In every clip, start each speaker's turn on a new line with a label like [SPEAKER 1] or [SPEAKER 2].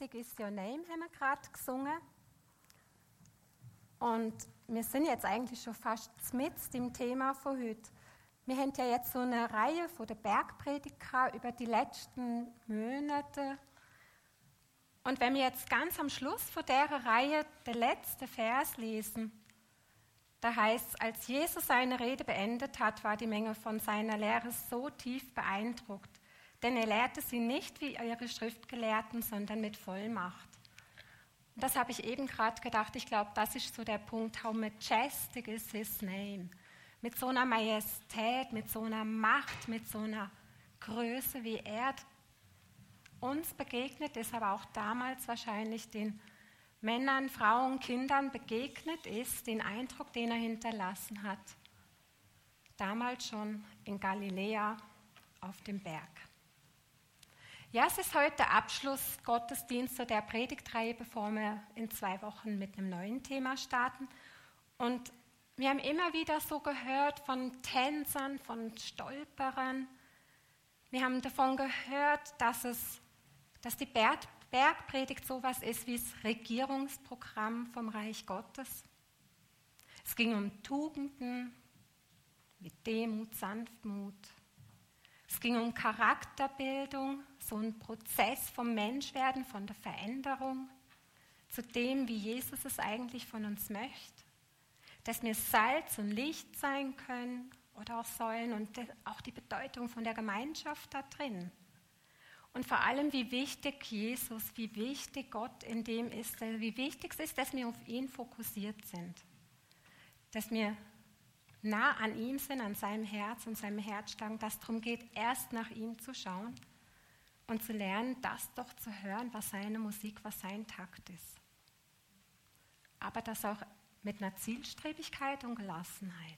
[SPEAKER 1] Majestic is your name haben wir gerade gesungen. Und wir sind jetzt eigentlich schon fast mitten im Thema von heute. Wir haben ja jetzt so eine Reihe von der Bergprediger über die letzten Monate. Und wenn wir jetzt ganz am Schluss von dieser Reihe den letzten Vers lesen, da heißt es, als Jesus seine Rede beendet hat, war die Menge von seiner Lehre so tief beeindruckt. Denn er lehrte sie nicht wie ihre Schriftgelehrten, sondern mit Vollmacht. Und das habe ich eben gerade gedacht. Ich glaube, das ist so der Punkt, how majestic is his name. Mit so einer Majestät, mit so einer Macht, mit so einer Größe, wie er uns begegnet ist, aber auch damals wahrscheinlich den Männern, Frauen, Kindern begegnet ist, den Eindruck, den er hinterlassen hat. Damals schon in Galiläa auf dem Berg. Ja, es ist heute der Abschlussgottesdienst der Predigtreihe, bevor wir in 2 Wochen mit einem neuen Thema starten. Und wir haben immer wieder so gehört von Tänzern, von Stolperern. Wir haben davon gehört, dass die Bergpredigt sowas ist wie das Regierungsprogramm vom Reich Gottes. Es ging um Tugenden, wie Demut, Sanftmut. Es ging um Charakterbildung, so ein Prozess vom Menschwerden, von der Veränderung, zu dem, wie Jesus es eigentlich von uns möchte. Dass wir Salz und Licht sein können oder auch sollen und auch die Bedeutung von der Gemeinschaft da drin. Und vor allem, wie wichtig Jesus, wie wichtig Gott in dem ist, wie wichtig es ist, dass wir auf ihn fokussiert sind. Dass wir nah an ihm sind, an seinem Herz und seinem Herzschlag, dass es darum geht, erst nach ihm zu schauen und zu lernen, das doch zu hören, was seine Musik, was sein Takt ist. Aber das auch mit einer Zielstrebigkeit und Gelassenheit.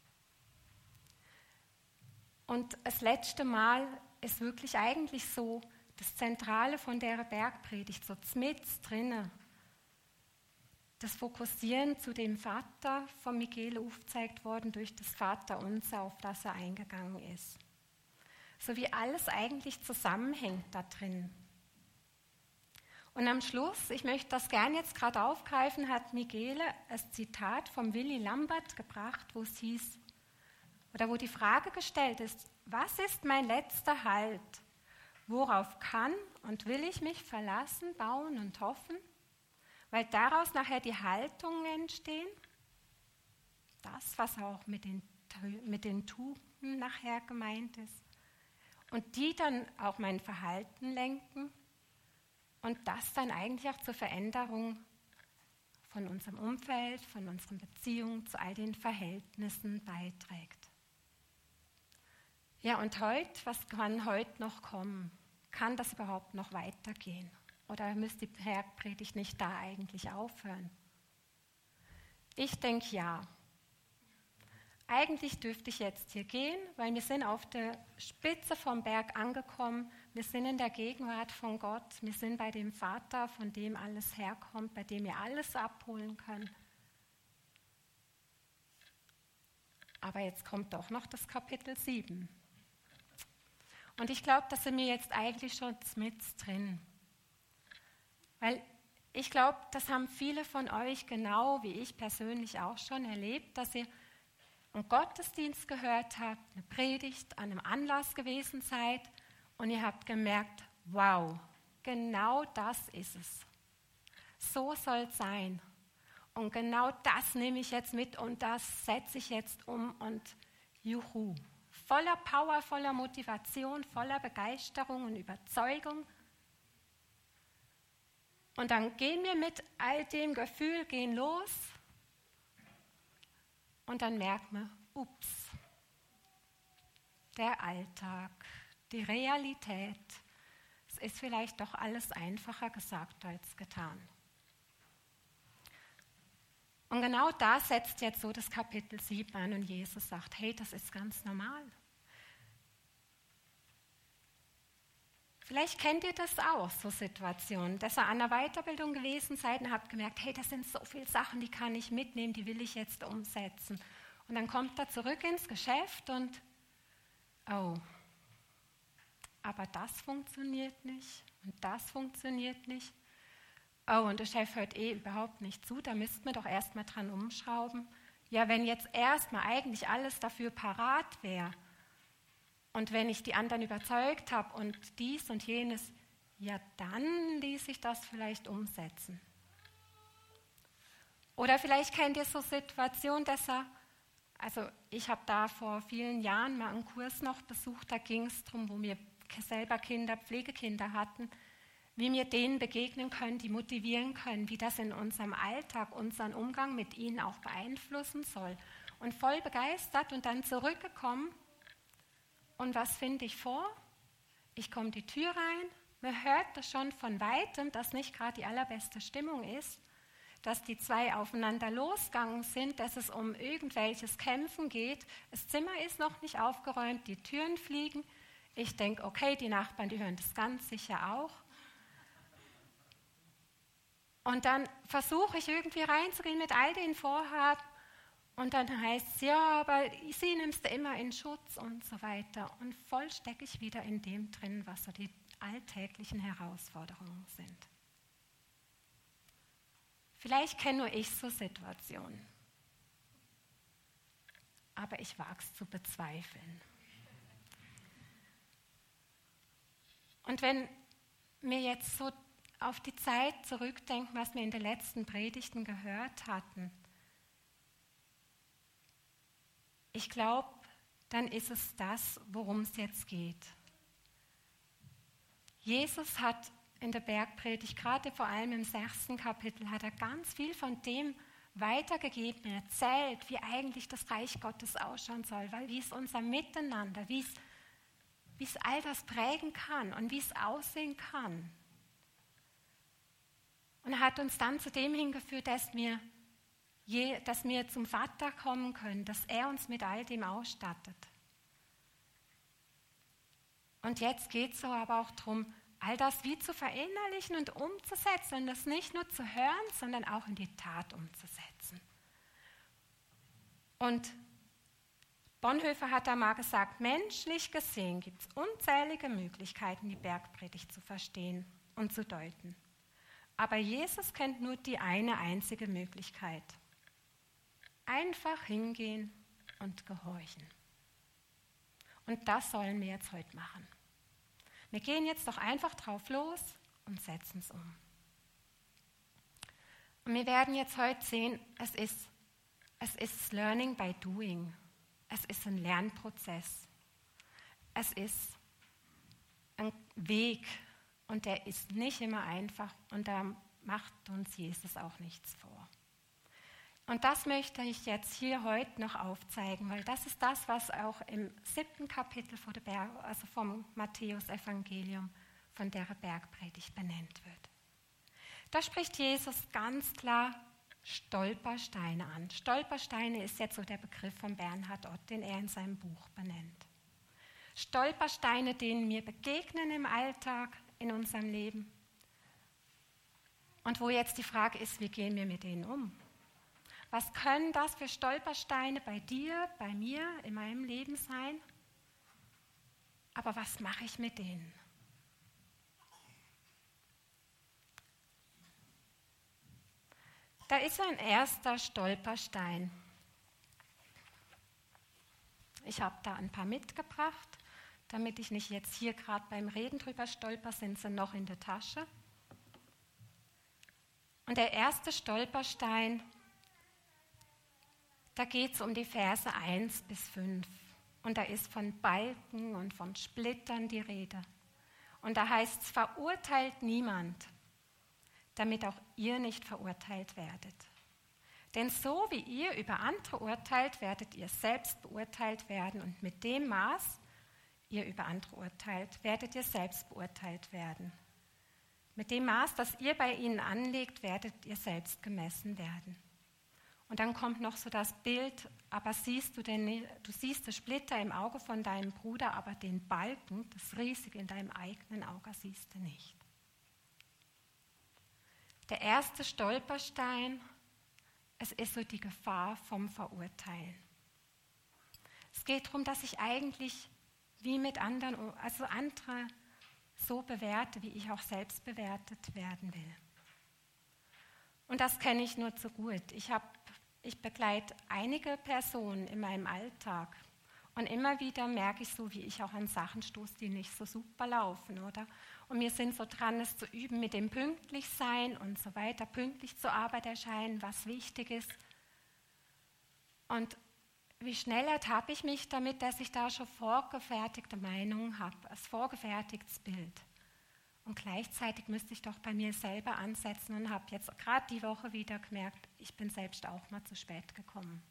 [SPEAKER 1] Und das letzte Mal ist wirklich eigentlich so das Zentrale von der Bergpredigt, so mitten drinnen. Das Fokussieren zu dem Vater von Michele aufgezeigt worden durch das Vaterunser, auf das er eingegangen ist. So wie alles eigentlich zusammenhängt da drin. Und am Schluss, ich möchte das gerne jetzt gerade aufgreifen, hat Michele ein Zitat von Willy Lambert gebracht, wo es hieß, oder wo die Frage gestellt ist, was ist mein letzter Halt? Worauf kann und will ich mich verlassen, bauen und hoffen? Weil daraus nachher die Haltungen entstehen, das, was auch mit den Tugenden nachher gemeint ist, und die dann auch mein Verhalten lenken und das dann eigentlich auch zur Veränderung von unserem Umfeld, von unseren Beziehungen zu all den Verhältnissen beiträgt. Ja, und heute, was kann heute noch kommen? Kann das überhaupt noch weitergehen? Oder müsste die Bergpredigt nicht da eigentlich aufhören? Ich denke ja. Eigentlich dürfte ich jetzt hier gehen, weil wir sind auf der Spitze vom Berg angekommen. Wir sind in der Gegenwart von Gott. Wir sind bei dem Vater, von dem alles herkommt, bei dem wir alles abholen können. Aber jetzt kommt doch noch das Kapitel 7. Und ich glaube, da sind wir jetzt eigentlich schon mit drin. Weil ich glaube, das haben viele von euch genau wie ich persönlich auch schon erlebt, dass ihr einen Gottesdienst gehört habt, eine Predigt an einem Anlass gewesen seid und ihr habt gemerkt, wow, genau das ist es. So soll es sein. Und genau das nehme ich jetzt mit und das setze ich jetzt um und juhu. Voller Power, voller Motivation, voller Begeisterung und Überzeugung. Und dann gehen wir mit all dem Gefühl, gehen los und dann merkt man, ups, der Alltag, die Realität, es ist vielleicht doch alles einfacher gesagt als getan. Und genau da setzt jetzt so das Kapitel 7 an und Jesus sagt, hey, das ist ganz normal. Vielleicht kennt ihr das auch, so Situationen, dass ihr an einer Weiterbildung gewesen seid und habt gemerkt, hey, das sind so viele Sachen, die kann ich mitnehmen, die will ich jetzt umsetzen. Und dann kommt er zurück ins Geschäft und, oh, aber das funktioniert nicht und das funktioniert nicht. oh, und der Chef hört überhaupt nicht zu, da müsste man doch erstmal dran umschrauben. Ja, wenn jetzt erstmal eigentlich alles dafür parat wäre und wenn ich die anderen überzeugt habe und dies und jenes, ja, dann ließ sich das vielleicht umsetzen. Oder vielleicht kennt ihr so Situationen, also ich habe da vor vielen Jahren mal einen Kurs noch besucht, da ging es darum, wo wir selber Pflegekinder hatten, wie wir denen begegnen können, die motivieren können, wie das in unserem Alltag, unseren Umgang mit ihnen auch beeinflussen soll. Und voll begeistert und dann zurückgekommen. Und was finde ich vor? Ich komme die Tür rein, man hört das schon von Weitem, dass nicht gerade die allerbeste Stimmung ist, dass die zwei aufeinander losgegangen sind, dass es um irgendwelches Kämpfen geht. Das Zimmer ist noch nicht aufgeräumt, die Türen fliegen. Ich denke, okay, die Nachbarn, die hören das ganz sicher auch. Und dann versuche ich irgendwie reinzugehen mit all den Vorhaben. Und dann heißt es, ja, aber sie nimmst du immer in Schutz und so weiter. Und voll stecke ich wieder in dem drin, was so die alltäglichen Herausforderungen sind. Vielleicht kenne nur ich so Situationen. Aber ich wage es zu bezweifeln. Und wenn wir jetzt so auf die Zeit zurückdenken, was wir in den letzten Predigten gehört hatten, ich glaube, dann ist es das, worum es jetzt geht. Jesus hat in der Bergpredigt, gerade vor allem im 6. Kapitel, hat er ganz viel von dem weitergegeben, erzählt, wie eigentlich das Reich Gottes ausschauen soll, weil wie es unser Miteinander, wie es all das prägen kann und wie es aussehen kann. Und er hat uns dann zu dem hingeführt, dass wir zum Vater kommen können, dass er uns mit all dem ausstattet. Und jetzt geht es so aber auch darum, all das wie zu verinnerlichen und umzusetzen und das nicht nur zu hören, sondern auch in die Tat umzusetzen. Und Bonhoeffer hat da mal gesagt, menschlich gesehen gibt es unzählige Möglichkeiten, die Bergpredigt zu verstehen und zu deuten. Aber Jesus kennt nur die eine einzige Möglichkeit. Einfach hingehen und gehorchen. Und das sollen wir jetzt heute machen. Wir gehen jetzt doch einfach drauf los und setzen es um. Und wir werden jetzt heute sehen, es ist Learning by Doing. Es ist ein Lernprozess. Es ist ein Weg und der ist nicht immer einfach und da macht uns Jesus auch nichts vor. Und das möchte ich jetzt hier heute noch aufzeigen, weil das ist das, was auch im 7. Kapitel vom Matthäus-Evangelium von der Bergpredigt benannt wird. Da spricht Jesus ganz klar Stolpersteine an. Stolpersteine ist jetzt so der Begriff von Bernhard Ott, den er in seinem Buch benennt. Stolpersteine, denen wir begegnen im Alltag, in unserem Leben. Und wo jetzt die Frage ist, wie gehen wir mit denen um? Was können das für Stolpersteine bei dir, bei mir, in meinem Leben sein? Aber was mache ich mit denen? Da ist ein erster Stolperstein. Ich habe da ein paar mitgebracht, damit ich nicht jetzt hier gerade beim Reden drüber stolper, sind sie noch in der Tasche. Und der erste Stolperstein, da geht es um die Verse 1 bis 5. Und da ist von Balken und von Splittern die Rede. Und da heißt es, verurteilt niemand, damit auch ihr nicht verurteilt werdet. Denn so wie ihr über andere urteilt, werdet ihr selbst beurteilt werden. Und mit dem Maß, ihr über andere urteilt, werdet ihr selbst beurteilt werden. Mit dem Maß, das ihr bei ihnen anlegt, werdet ihr selbst gemessen werden. Und dann kommt noch so das Bild, aber du siehst das Splitter im Auge von deinem Bruder, aber den Balken, das Riesige in deinem eigenen Auge siehst du nicht. Der erste Stolperstein, es ist so die Gefahr vom Verurteilen. Es geht darum, dass ich eigentlich wie mit anderen, also andere so bewerte, wie ich auch selbst bewertet werden will. Und das kenne ich nur zu gut. Ich begleite einige Personen in meinem Alltag. Und immer wieder merke ich so, wie ich auch an Sachen stoße, die nicht so super laufen, oder? Und wir sind so dran, es zu üben mit dem Pünktlichsein und so weiter, pünktlich zur Arbeit erscheinen, was wichtig ist. Und wie schnell ertappe ich mich damit, dass ich da schon vorgefertigte Meinungen habe, ein vorgefertigtes Bild. Und gleichzeitig müsste ich doch bei mir selber ansetzen und habe jetzt gerade die Woche wieder gemerkt, ich bin selbst auch mal zu spät gekommen.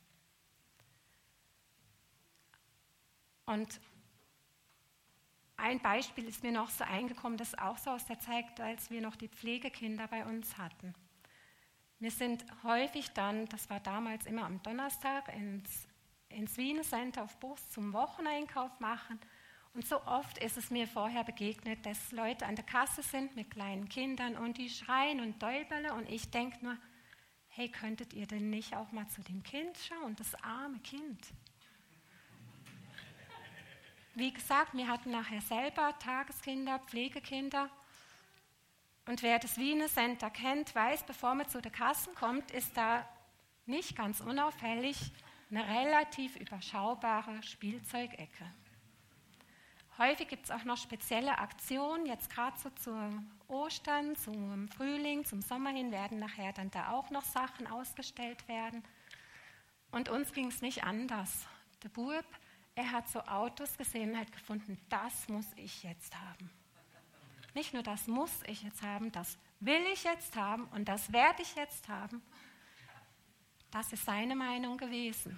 [SPEAKER 1] Und ein Beispiel ist mir noch so eingekommen, das ist auch so aus der Zeit, als wir noch die Pflegekinder bei uns hatten. Wir sind häufig dann, das war damals immer am Donnerstag, ins Wiener Center auf Bus zum Wocheneinkauf machen. Und so oft ist es mir vorher begegnet, dass Leute an der Kasse sind mit kleinen Kindern und die schreien und däubeln. Und ich denke nur, hey, könntet ihr denn nicht auch mal zu dem Kind schauen, das arme Kind? Wie gesagt, wir hatten nachher selber Tageskinder, Pflegekinder. Und wer das Wiener Center kennt, weiß, bevor man zu der Kasse kommt, ist da nicht ganz unauffällig eine relativ überschaubare Spielzeugecke. Häufig gibt es auch noch spezielle Aktionen, jetzt gerade so zu Ostern, zum Frühling, zum Sommer hin werden nachher dann da auch noch Sachen ausgestellt werden. Und uns ging es nicht anders. Der Bub, er hat so Autos gesehen und hat gefunden, das muss ich jetzt haben. Nicht nur das muss ich jetzt haben, das will ich jetzt haben und das werde ich jetzt haben. Das ist seine Meinung gewesen.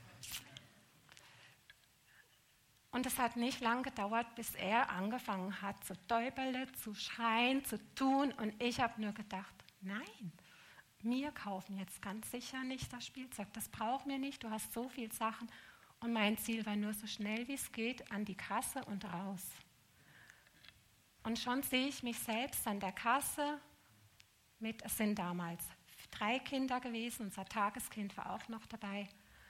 [SPEAKER 1] Und es hat nicht lange gedauert, bis er angefangen hat zu däubeln, zu schreien, zu tun. Und ich habe nur gedacht, nein, wir kaufen jetzt ganz sicher nicht das Spielzeug. Das brauchen wir nicht, du hast so viele Sachen. Und mein Ziel war nur so schnell wie es geht an die Kasse und raus. Und schon sehe ich mich selbst an der Kasse es sind damals 3 Kinder gewesen, unser Tageskind war auch noch dabei.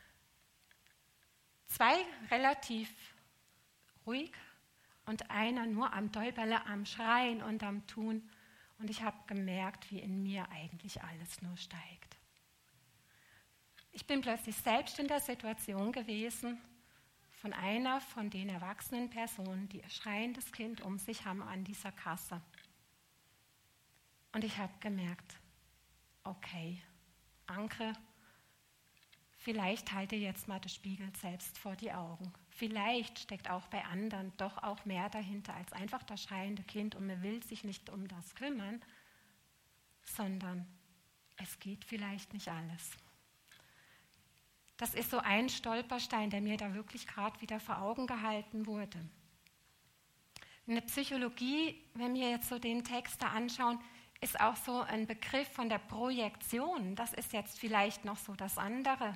[SPEAKER 1] 2 relativ ruhig und einer nur am Däubeln, am Schreien und am Tun. Und ich habe gemerkt, wie in mir eigentlich alles nur steigt. Ich bin plötzlich selbst in der Situation gewesen, von einer von den erwachsenen Personen, die ein schreiendes Kind um sich haben an dieser Kasse. Und ich habe gemerkt, okay, Anke, vielleicht halte jetzt mal den Spiegel selbst vor die Augen. Vielleicht steckt auch bei anderen doch auch mehr dahinter als einfach das schreiende Kind und man will sich nicht um das kümmern, sondern es geht vielleicht nicht alles. Das ist so ein Stolperstein, der mir da wirklich gerade wieder vor Augen gehalten wurde. In der Psychologie, wenn wir jetzt so den Text da anschauen, ist auch so ein Begriff von der Projektion. Das ist jetzt vielleicht noch so das andere.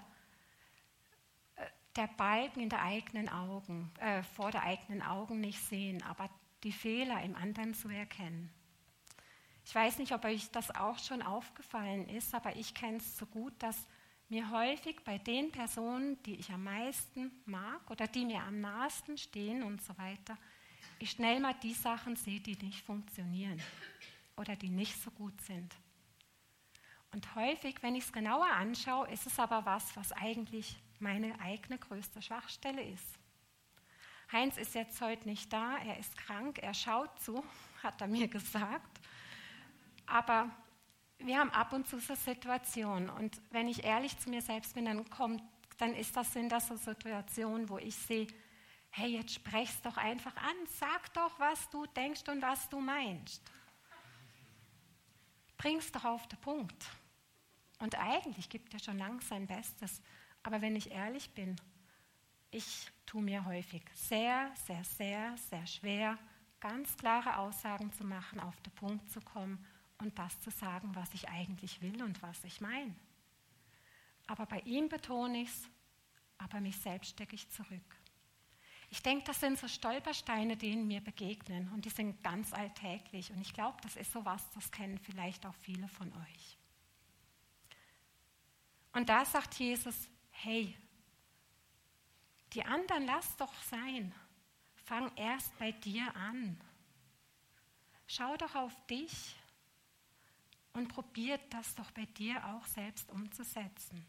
[SPEAKER 1] Der Balken in der eigenen Augen, vor der eigenen Augen nicht sehen, aber die Fehler im anderen zu erkennen. Ich weiß nicht, ob euch das auch schon aufgefallen ist, aber ich kenne es so gut, dass mir häufig bei den Personen, die ich am meisten mag oder die mir am nahesten stehen und so weiter, ich schnell mal die Sachen sehe, die nicht funktionieren oder die nicht so gut sind. Und häufig, wenn ich es genauer anschaue, ist es aber was eigentlich meine eigene größte Schwachstelle ist. Heinz ist jetzt heute nicht da, er ist krank, er schaut zu, hat er mir gesagt. Aber wir haben ab und zu so Situationen und wenn ich ehrlich zu mir selbst bin, sind das so Situationen, wo ich sehe, hey, jetzt sprech's doch einfach an, sag doch, was du denkst und was du meinst. Bring's doch auf den Punkt. Und eigentlich gibt er schon lang sein Bestes, aber wenn ich ehrlich bin, ich tue mir häufig sehr, sehr, sehr, sehr schwer, ganz klare Aussagen zu machen, auf den Punkt zu kommen und das zu sagen, was ich eigentlich will und was ich meine. Aber bei ihm betone ich es, aber mich selbst stecke ich zurück. Ich denke, das sind so Stolpersteine, denen mir begegnen und die sind ganz alltäglich und ich glaube, das ist sowas, das kennen vielleicht auch viele von euch. Und da sagt Jesus, hey, die anderen lass doch sein, fang erst bei dir an. Schau doch auf dich und probiert das doch bei dir auch selbst umzusetzen.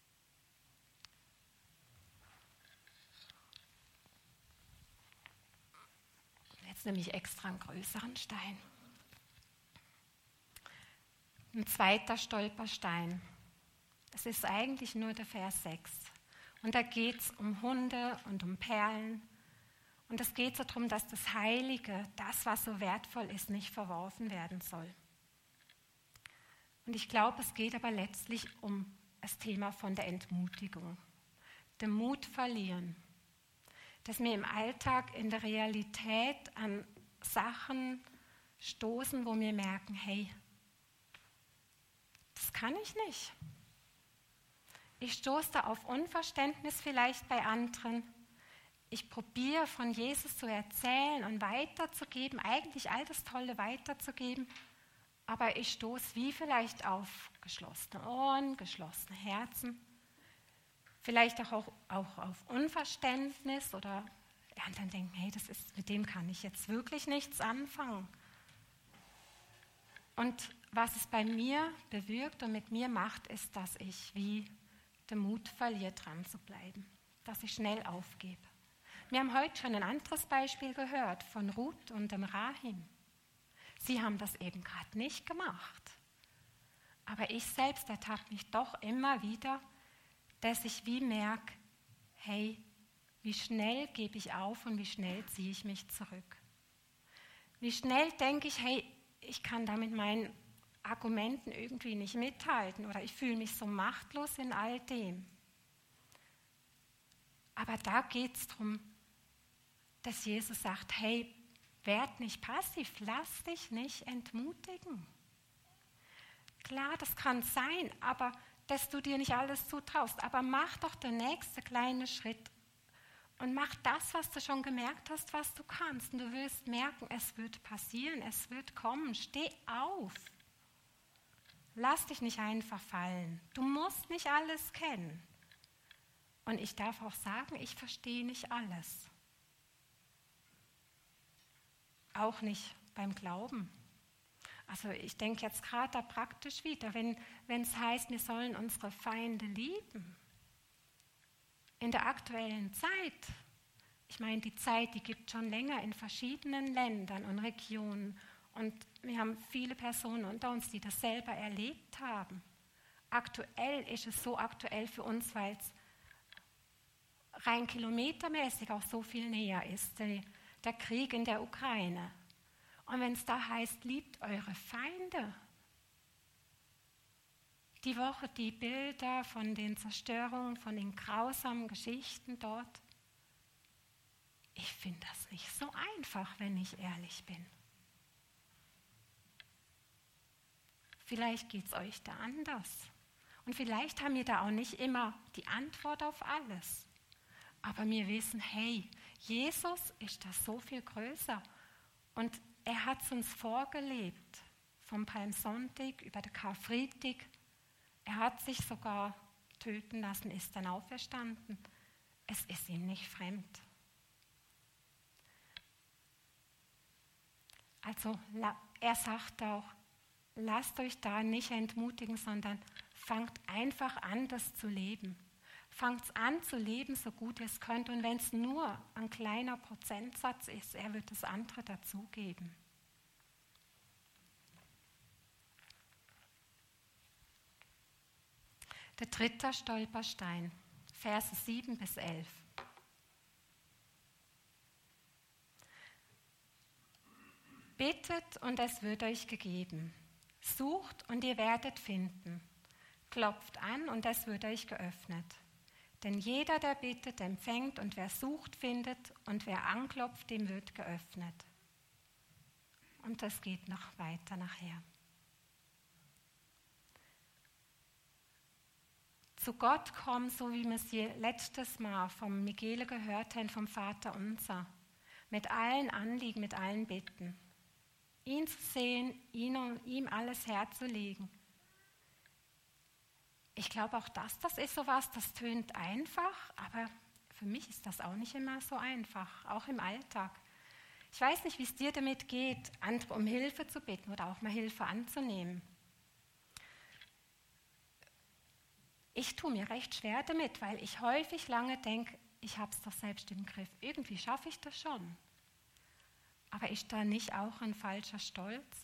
[SPEAKER 1] Jetzt nehme ich extra einen größeren Stein. Ein zweiter Stolperstein. Es ist eigentlich nur der Vers 6. Und da geht es um Hunde und um Perlen. Und es geht so darum, dass das Heilige, das, was so wertvoll ist, nicht verworfen werden soll. Und ich glaube, es geht aber letztlich um das Thema von der Entmutigung. Den Mut verlieren. Dass wir im Alltag, in der Realität an Sachen stoßen, wo wir merken, hey, das kann ich nicht. Ich stoße da auf Unverständnis vielleicht bei anderen. Ich probiere von Jesus zu erzählen und weiterzugeben, eigentlich all das Tolle weiterzugeben, aber ich stoße wie vielleicht auf geschlossene Ohren, geschlossene Herzen, vielleicht auch auf Unverständnis oder anderen denken, hey, mit dem kann ich jetzt wirklich nichts anfangen. Und was es bei mir bewirkt und mit mir macht, ist, dass ich wie den Mut verliere, dran zu bleiben, dass ich schnell aufgebe. Wir haben heute schon ein anderes Beispiel gehört von Ruth und dem Rahim. Sie haben das eben gerade nicht gemacht. Aber ich selbst ertappe mich doch immer wieder, dass ich wie merke, hey, wie schnell gebe ich auf und wie schnell ziehe ich mich zurück. Wie schnell denke ich, hey, ich kann da mit meinen Argumenten irgendwie nicht mithalten oder ich fühle mich so machtlos in all dem. Aber da geht es darum, dass Jesus sagt, hey, werd nicht passiv, lass dich nicht entmutigen. Klar, das kann sein, aber dass du dir nicht alles zutraust, aber mach doch den nächsten kleinen Schritt und mach das, was du schon gemerkt hast, was du kannst. Und du wirst merken, es wird passieren, es wird kommen. Steh auf. Lass dich nicht einfach fallen. Du musst nicht alles kennen. Und ich darf auch sagen, ich verstehe nicht alles. Auch nicht beim Glauben. Also ich denke jetzt gerade da praktisch wieder, wenn es heißt, wir sollen unsere Feinde lieben. In der aktuellen Zeit, ich meine, die Zeit, die gibt schon länger in verschiedenen Ländern und Regionen. Und wir haben viele Personen unter uns, die das selber erlebt haben. Aktuell ist es so aktuell für uns, weil es rein kilometermäßig auch so viel näher ist, der Krieg in der Ukraine. Und wenn es da heißt, liebt eure Feinde. Die Woche die Bilder von den Zerstörungen, von den grausamen Geschichten dort. Ich finde das nicht so einfach, wenn ich ehrlich bin. Vielleicht geht es euch da anders. Und vielleicht haben wir da auch nicht immer die Antwort auf alles. Aber wir wissen, hey, Jesus ist da so viel größer. Und er hat es uns vorgelebt, vom Palmsonntag über den Karfreitag. Er hat sich sogar töten lassen, ist dann auferstanden. Es ist ihm nicht fremd. Also er sagt auch, lasst euch da nicht entmutigen, sondern fangt einfach an, das zu leben. Fangt an zu leben, so gut ihr es könnt. Und wenn es nur ein kleiner Prozentsatz ist, er wird das andere dazugeben. Der dritte Stolperstein, Verse 7 bis 11. Bittet und es wird euch gegeben. Sucht und ihr werdet finden. Klopft an und es wird euch geöffnet. Denn jeder, der bittet, empfängt und wer sucht, findet und wer anklopft, dem wird geöffnet. Und das geht noch weiter nachher. Zu Gott kommen, so wie wir es letztes Mal vom Michele gehört haben, vom Vater unser, mit allen Anliegen, mit allen Bitten. Ihn zu sehen, ihm alles herzulegen. Ich glaube auch das ist sowas, das tönt einfach, aber für mich ist das auch nicht immer so einfach, auch im Alltag. Ich weiß nicht, wie es dir damit geht, andere um Hilfe zu bitten oder auch mal Hilfe anzunehmen. Ich tue mir recht schwer damit, weil ich häufig lange denke, ich habe es doch selbst im Griff. Irgendwie schaffe ich das schon. Aber ist da nicht auch ein falscher Stolz?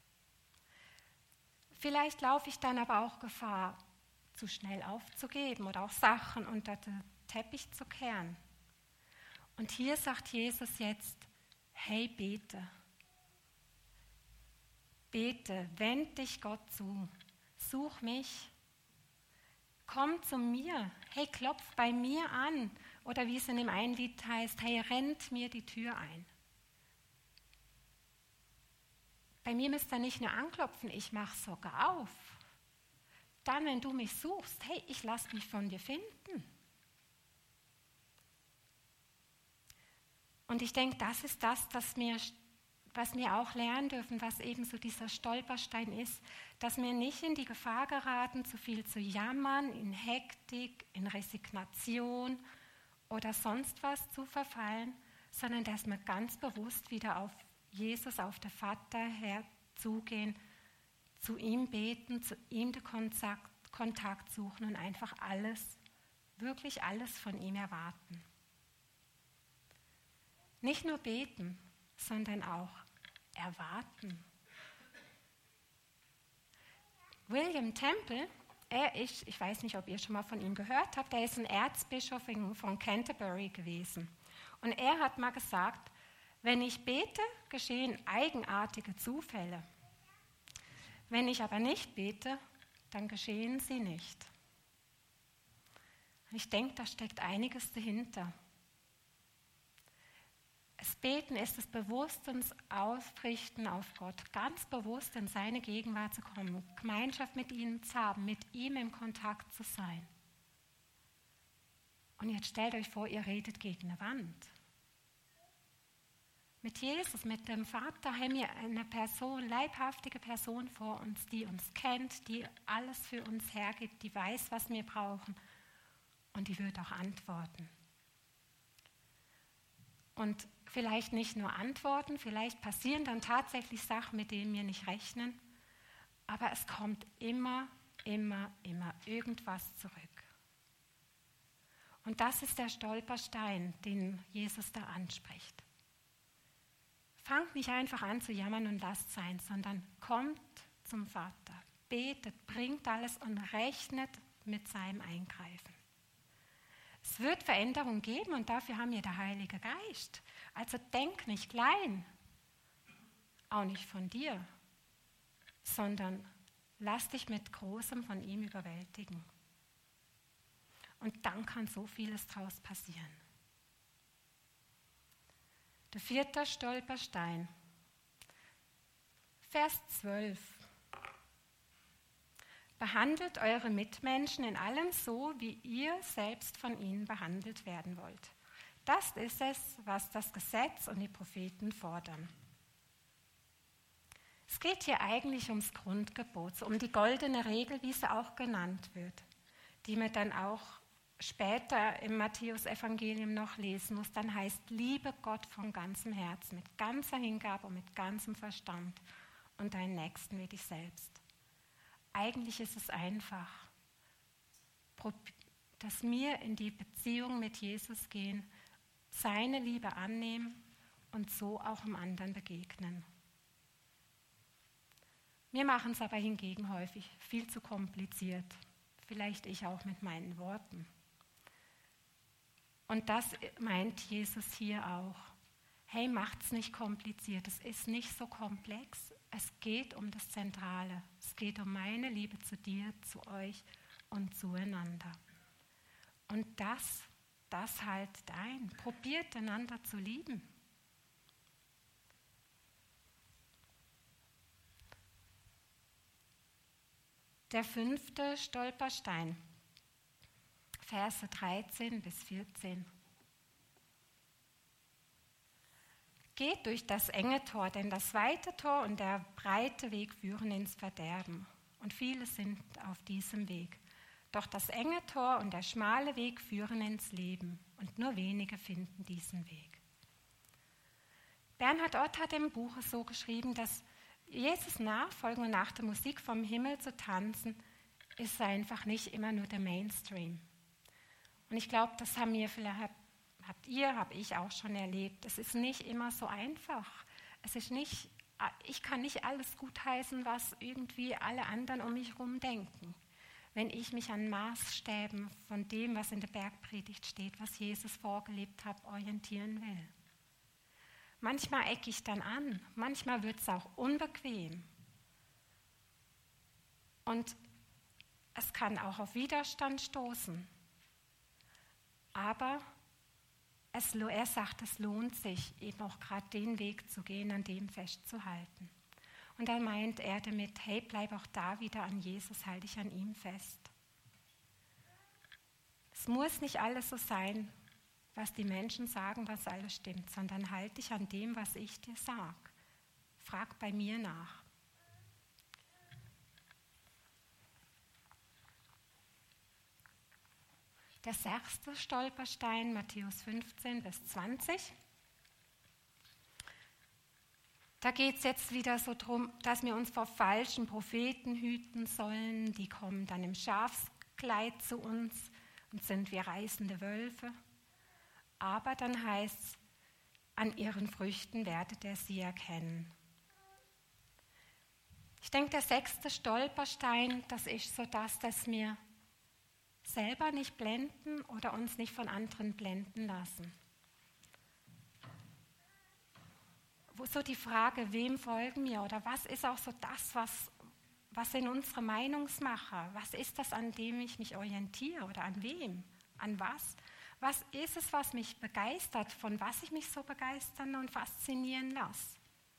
[SPEAKER 1] Vielleicht laufe ich dann aber auch Gefahr, zu schnell aufzugeben oder auch Sachen unter den Teppich zu kehren. Und hier sagt Jesus jetzt, hey, bete. Bete, wend dich Gott zu, such mich, komm zu mir, hey, klopf bei mir an. Oder wie es in dem einen Lied heißt, hey, rennt mir die Tür ein. Bei mir müsst ihr nicht nur anklopfen, ich mache sogar auf. Dann, wenn du mich suchst, hey, ich lasse mich von dir finden. Und ich denke, das ist das, was wir auch lernen dürfen, was eben so dieser Stolperstein ist, dass wir nicht in die Gefahr geraten, zu viel zu jammern, in Hektik, in Resignation oder sonst was zu verfallen, sondern dass wir ganz bewusst wieder auf Jesus, auf den Vater herzugehen, zu ihm beten, zu ihm den Kontakt suchen und einfach alles, wirklich alles von ihm erwarten. Nicht nur beten, sondern auch erwarten. William Temple, er ist, ich weiß nicht, ob ihr schon mal von ihm gehört habt, er ist ein Erzbischof von Canterbury gewesen. Und er hat mal gesagt, wenn ich bete, geschehen eigenartige Zufälle. Wenn ich aber nicht bete, dann geschehen sie nicht. Und ich denke, da steckt einiges dahinter. Das Beten ist das bewusste Ausrichten auf Gott, ganz bewusst in seine Gegenwart zu kommen, Gemeinschaft mit ihm zu haben, mit ihm im Kontakt zu sein. Und jetzt stellt euch vor, ihr redet gegen eine Wand. Mit Jesus, mit dem Vater haben wir eine Person, leibhaftige Person vor uns, die uns kennt, die alles für uns hergibt, die weiß, was wir brauchen und die wird auch antworten. Und vielleicht nicht nur antworten, vielleicht passieren dann tatsächlich Sachen, mit denen wir nicht rechnen, aber es kommt immer irgendwas zurück. Und das ist der Stolperstein, den Jesus da anspricht. Fangt nicht einfach an zu jammern und lasst sein, sondern kommt zum Vater, betet, bringt alles und rechnet mit seinem Eingreifen. Es wird Veränderung geben und dafür haben wir den Heiligen Geist. Also denk nicht klein, auch nicht von dir, sondern lass dich mit Großem von ihm überwältigen. Und dann kann so vieles daraus passieren. Der 4. Stolperstein, Vers 12. Behandelt eure Mitmenschen in allem so, wie ihr selbst von ihnen behandelt werden wollt. Das ist es, was das Gesetz und die Propheten fordern. Es geht hier eigentlich ums Grundgebot, um die goldene Regel, wie sie auch genannt wird, die man dann auch später im Matthäus-Evangelium noch lesen muss. Dann heißt, liebe Gott von ganzem Herzen, mit ganzer Hingabe und mit ganzem Verstand und deinen Nächsten wie dich selbst. Eigentlich ist es einfach, dass wir in die Beziehung mit Jesus gehen, seine Liebe annehmen und so auch dem anderen begegnen. Wir machen es aber hingegen häufig viel zu kompliziert, vielleicht ich auch mit meinen Worten. Und das meint Jesus hier auch. Hey, macht's nicht kompliziert, es ist nicht so komplex, es geht um das Zentrale. Es geht um meine Liebe zu dir, zu euch und zueinander. Und das haltet ein. Probiert einander zu lieben. Der 5. Stolperstein, Verse 13 bis 14. Geht durch das enge Tor, denn das weite Tor und der breite Weg führen ins Verderben. Und viele sind auf diesem Weg. Doch das enge Tor und der schmale Weg führen ins Leben. Und nur wenige finden diesen Weg. Bernhard Ott hat im Buch so geschrieben, dass Jesus Nachfolgen und nach der Musik vom Himmel zu tanzen ist einfach nicht immer nur der Mainstream. Und ich glaube, das habe ich auch schon erlebt. Es ist nicht immer so einfach. Ich kann nicht alles gutheißen, was irgendwie alle anderen um mich herum denken. Wenn ich mich an Maßstäben von dem, was in der Bergpredigt steht, was Jesus vorgelebt hat, orientieren will. Manchmal ecke ich dann an, manchmal wird es auch unbequem. Und es kann auch auf Widerstand stoßen. Aber er sagt, es lohnt sich, eben auch gerade den Weg zu gehen, an dem festzuhalten. Und dann meint er damit, hey, bleib auch da wieder an Jesus, halte dich an ihm fest. Es muss nicht alles so sein, was die Menschen sagen, was alles stimmt, sondern halte dich an dem, was ich dir sage. Frag bei mir nach. Der 6. Stolperstein, Matthäus 15 bis 20. Da geht es jetzt wieder so darum, dass wir uns vor falschen Propheten hüten sollen. Die kommen dann im Schafskleid zu uns und sind wie reißende Wölfe. Aber dann heißt es, an ihren Früchten werdet ihr sie erkennen. Ich denke, der 6. Stolperstein, das ist so das, dass wir selber nicht blenden oder uns nicht von anderen blenden lassen. Wo so die Frage, wem folgen wir oder was ist auch so das, was sind unsere Meinungsmacher? Was ist das, an dem ich mich orientiere oder an wem? An was? Was ist es, was mich begeistert, von was ich mich so begeistern und faszinieren lasse?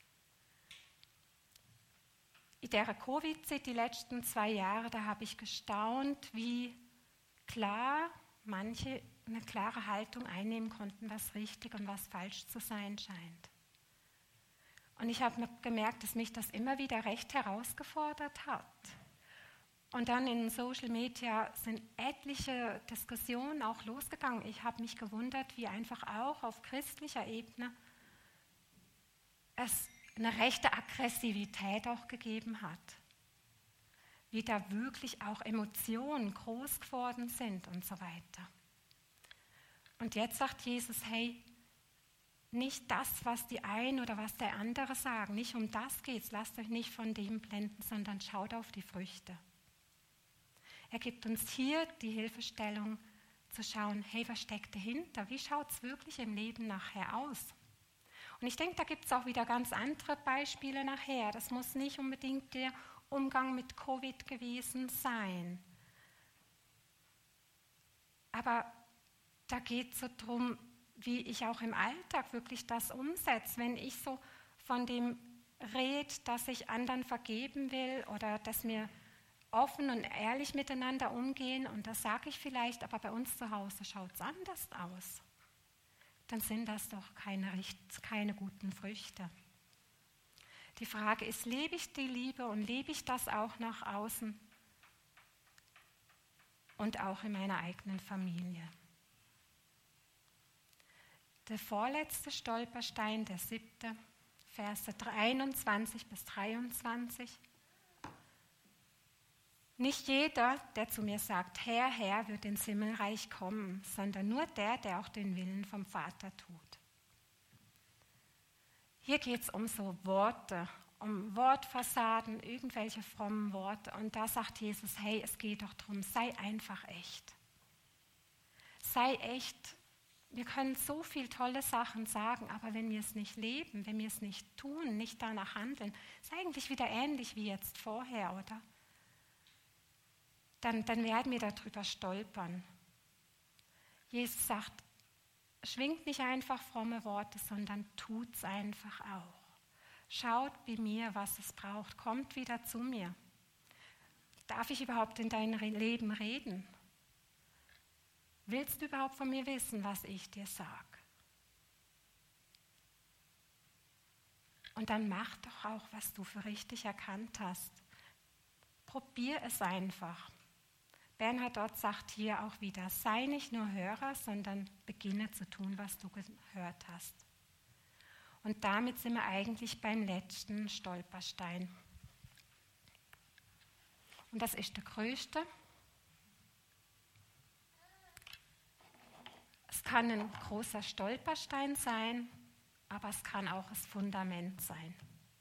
[SPEAKER 1] In der Covid-Zeit, die letzten 2 Jahre, da habe ich gestaunt, wie klar manche eine klare Haltung einnehmen konnten, was richtig und was falsch zu sein scheint. Und ich habe gemerkt, dass mich das immer wieder recht herausgefordert hat. Und dann in Social Media sind etliche Diskussionen auch losgegangen. Ich habe mich gewundert, wie einfach auch auf christlicher Ebene es eine rechte Aggressivität auch gegeben hat. Wie da wirklich auch Emotionen groß geworden sind und so weiter. Und jetzt sagt Jesus, hey, nicht das, was die einen oder was der andere sagen, nicht um das geht's, lasst euch nicht von dem blenden, sondern schaut auf die Früchte. Er gibt uns hier die Hilfestellung zu schauen, hey, was steckt dahinter? Wie schaut es wirklich im Leben nachher aus? Und ich denke, da gibt es auch wieder ganz andere Beispiele nachher. Das muss nicht unbedingt der Umgang mit Covid gewesen sein. Aber da geht es so darum, wie ich auch im Alltag wirklich das umsetze. Wenn ich so von dem rede, dass ich anderen vergeben will oder dass wir offen und ehrlich miteinander umgehen und das sage ich vielleicht, aber bei uns zu Hause schaut es anders aus, dann sind das doch keine guten Früchte. Die Frage ist, lebe ich die Liebe und lebe ich das auch nach außen und auch in meiner eigenen Familie? Der vorletzte Stolperstein, der 7., Verse 21 bis 23. Nicht jeder, der zu mir sagt, Herr, Herr, wird ins Himmelreich kommen, sondern nur der, der auch den Willen vom Vater tut. Hier geht es um so Worte, um Wortfassaden, irgendwelche frommen Worte. Und da sagt Jesus, hey, es geht doch darum, sei einfach echt. Sei echt. Wir können so viele tolle Sachen sagen, aber wenn wir es nicht leben, wenn wir es nicht tun, nicht danach handeln, ist eigentlich wieder ähnlich wie jetzt vorher, oder? Dann werden wir darüber stolpern. Jesus sagt, schwingt nicht einfach fromme Worte, sondern tut es einfach auch. Schaut bei mir, was es braucht. Kommt wieder zu mir. Darf ich überhaupt in dein Leben reden? Willst du überhaupt von mir wissen, was ich dir sage? Und dann mach doch auch, was du für richtig erkannt hast. Probier es einfach. Bernhard Ott sagt hier auch wieder, sei nicht nur Hörer, sondern beginne zu tun, was du gehört hast. Und damit sind wir eigentlich beim letzten Stolperstein. Und das ist der größte. Es kann ein großer Stolperstein sein, aber es kann auch das Fundament sein.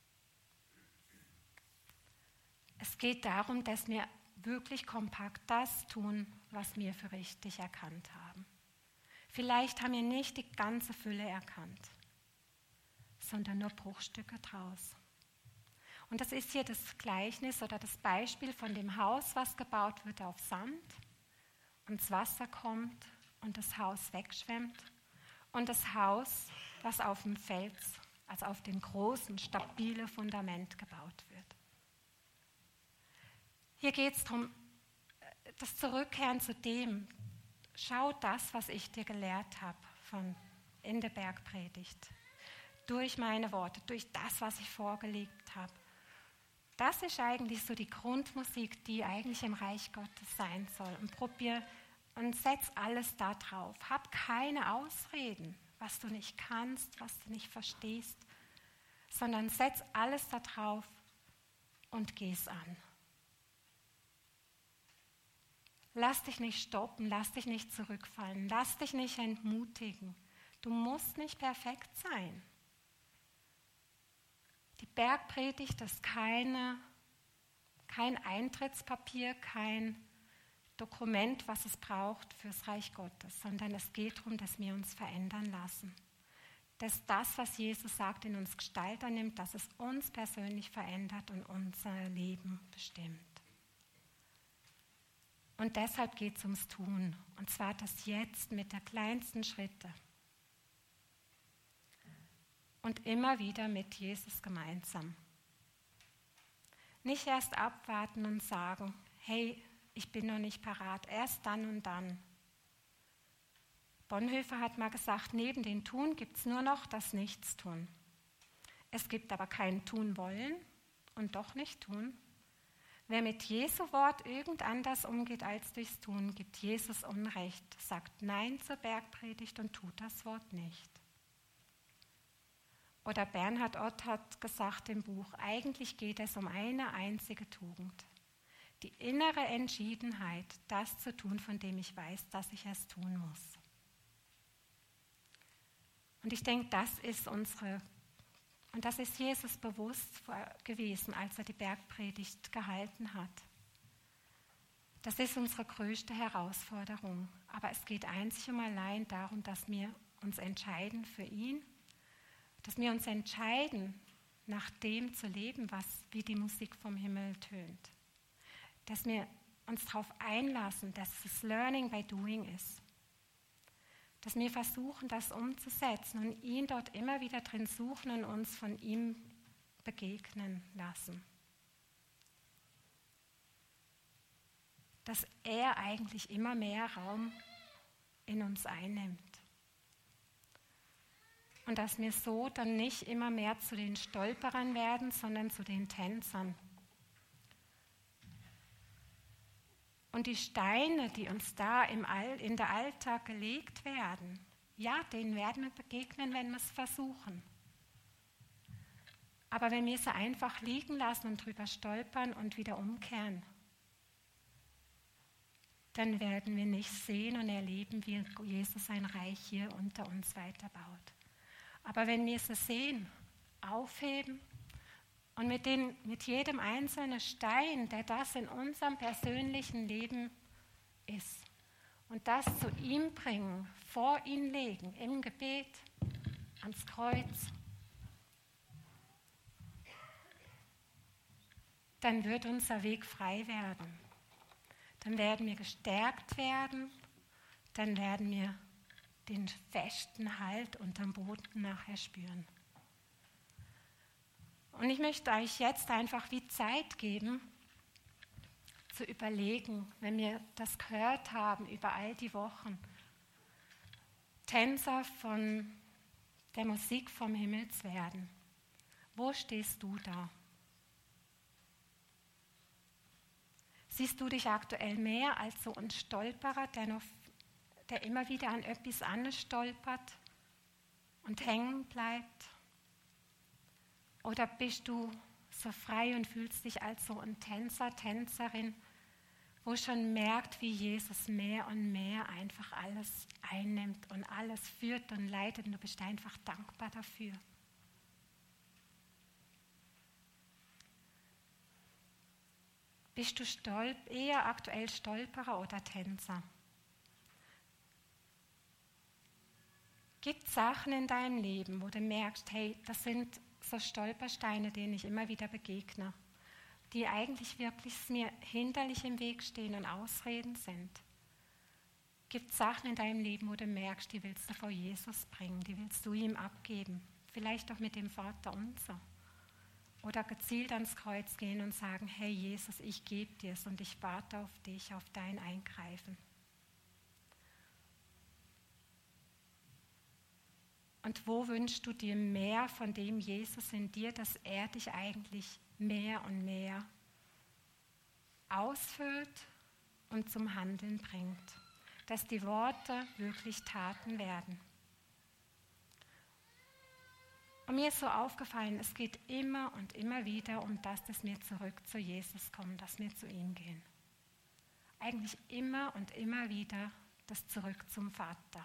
[SPEAKER 1] Es geht darum, dass wir wirklich kompakt das tun, was wir für richtig erkannt haben. Vielleicht haben wir nicht die ganze Fülle erkannt, sondern nur Bruchstücke draus. Und das ist hier das Gleichnis oder das Beispiel von dem Haus, was gebaut wird auf Sand und das Wasser kommt und das Haus wegschwemmt und das Haus, das auf dem Fels, also auf dem großen, stabilen Fundament gebaut wird. Hier geht es darum, das Zurückkehren zu dem, schau das, was ich dir gelehrt habe in der Bergpredigt, durch meine Worte, durch das, was ich vorgelegt habe. Das ist eigentlich so die Grundmusik, die eigentlich im Reich Gottes sein soll. Und probier und setz alles da drauf. Hab keine Ausreden, was du nicht kannst, was du nicht verstehst, sondern setz alles da drauf und geh's an. Lass dich nicht stoppen, lass dich nicht zurückfallen, lass dich nicht entmutigen. Du musst nicht perfekt sein. Die Bergpredigt ist kein Eintrittspapier, kein Dokument, was es braucht fürs Reich Gottes, sondern es geht darum, dass wir uns verändern lassen. Dass das, was Jesus sagt, in uns Gestalt annimmt, dass es uns persönlich verändert und unser Leben bestimmt. Und deshalb geht es ums Tun, und zwar das Jetzt mit der kleinsten Schritte. Und immer wieder mit Jesus gemeinsam. Nicht erst abwarten und sagen, hey, ich bin noch nicht parat, erst dann und dann. Bonhoeffer hat mal gesagt, neben dem Tun gibt es nur noch das Nichtstun. Es gibt aber kein Tun wollen und doch nicht tun. Wer mit Jesu Wort irgend anders umgeht als durchs Tun, gibt Jesus Unrecht, sagt Nein zur Bergpredigt und tut das Wort nicht. Oder Bernhard Ott hat gesagt im Buch, eigentlich geht es um eine einzige Tugend. Die innere Entschiedenheit, das zu tun, von dem ich weiß, dass ich es tun muss. Und ich denke, das ist Jesus bewusst gewesen, als er die Bergpredigt gehalten hat. Das ist unsere größte Herausforderung. Aber es geht einzig und allein darum, dass wir uns entscheiden für ihn, dass wir uns entscheiden, nach dem zu leben, wie die Musik vom Himmel tönt. Dass wir uns darauf einlassen, dass es Learning by Doing ist. Dass wir versuchen, das umzusetzen und ihn dort immer wieder drin suchen und uns von ihm begegnen lassen. Dass er eigentlich immer mehr Raum in uns einnimmt. Und dass wir so dann nicht immer mehr zu den Stolperern werden, sondern zu den Tänzern. Und die Steine, die uns da in der Alltag gelegt werden, ja, denen werden wir begegnen, wenn wir es versuchen. Aber wenn wir sie einfach liegen lassen und drüber stolpern und wieder umkehren, dann werden wir nicht sehen und erleben, wie Jesus sein Reich hier unter uns weiterbaut. Aber wenn wir sie sehen, aufheben und mit jedem einzelnen Stein, der das in unserem persönlichen Leben ist, und das zu ihm bringen, vor ihn legen, im Gebet, ans Kreuz, dann wird unser Weg frei werden. Dann werden wir gestärkt werden, dann werden wir den festen Halt unterm Boden nachher spüren. Und ich möchte euch jetzt einfach wie Zeit geben, zu überlegen, wenn wir das gehört haben über all die Wochen. Tänzer von der Musik vom Himmelswerden. Wo stehst du da? Siehst du dich aktuell mehr als so ein Stolperer, der immer wieder an etwas anderes stolpert und hängen bleibt? Oder bist du so frei und fühlst dich als so ein Tänzer, Tänzerin, wo schon merkt, wie Jesus mehr und mehr einfach alles einnimmt und alles führt und leitet und du bist einfach dankbar dafür. Bist du eher aktuell Stolperer oder Tänzer? Gibt es Sachen in deinem Leben, wo du merkst, hey, das sind so Stolpersteine, denen ich immer wieder begegne, die eigentlich wirklich mir hinderlich im Weg stehen und Ausreden sind? Gibt es Sachen in deinem Leben, wo du merkst, die willst du vor Jesus bringen, die willst du ihm abgeben? Vielleicht auch mit dem Vater unser. Oder gezielt ans Kreuz gehen und sagen, hey Jesus, ich gebe dir es und ich warte auf dich, auf dein Eingreifen. Und wo wünschst du dir mehr von dem Jesus in dir, dass er dich eigentlich mehr und mehr ausfüllt und zum Handeln bringt? Dass die Worte wirklich Taten werden. Und mir ist so aufgefallen, es geht immer und immer wieder um das, dass wir zurück zu Jesus kommen, dass wir zu ihm gehen. Eigentlich immer und immer wieder das Zurück zum Vater.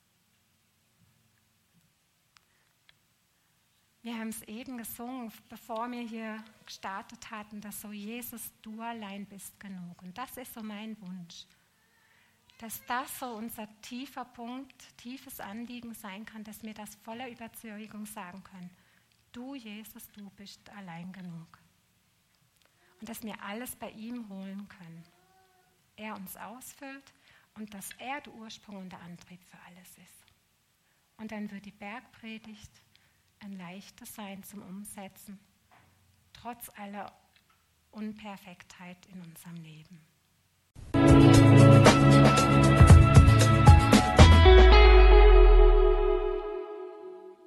[SPEAKER 1] Wir haben es eben gesungen, bevor wir hier gestartet hatten, dass so Jesus, du allein bist genug. Und das ist so mein Wunsch. Dass das so unser tiefer Punkt, tiefes Anliegen sein kann, dass wir das voller Überzeugung sagen können. Du, Jesus, du bist allein genug. Und dass wir alles bei ihm holen können. Er uns ausfüllt und dass er der Ursprung und der Antrieb für alles ist. Und dann wird die Bergpredigt ein leichtes sein zum Umsetzen, trotz aller Unperfektheit in unserem Leben.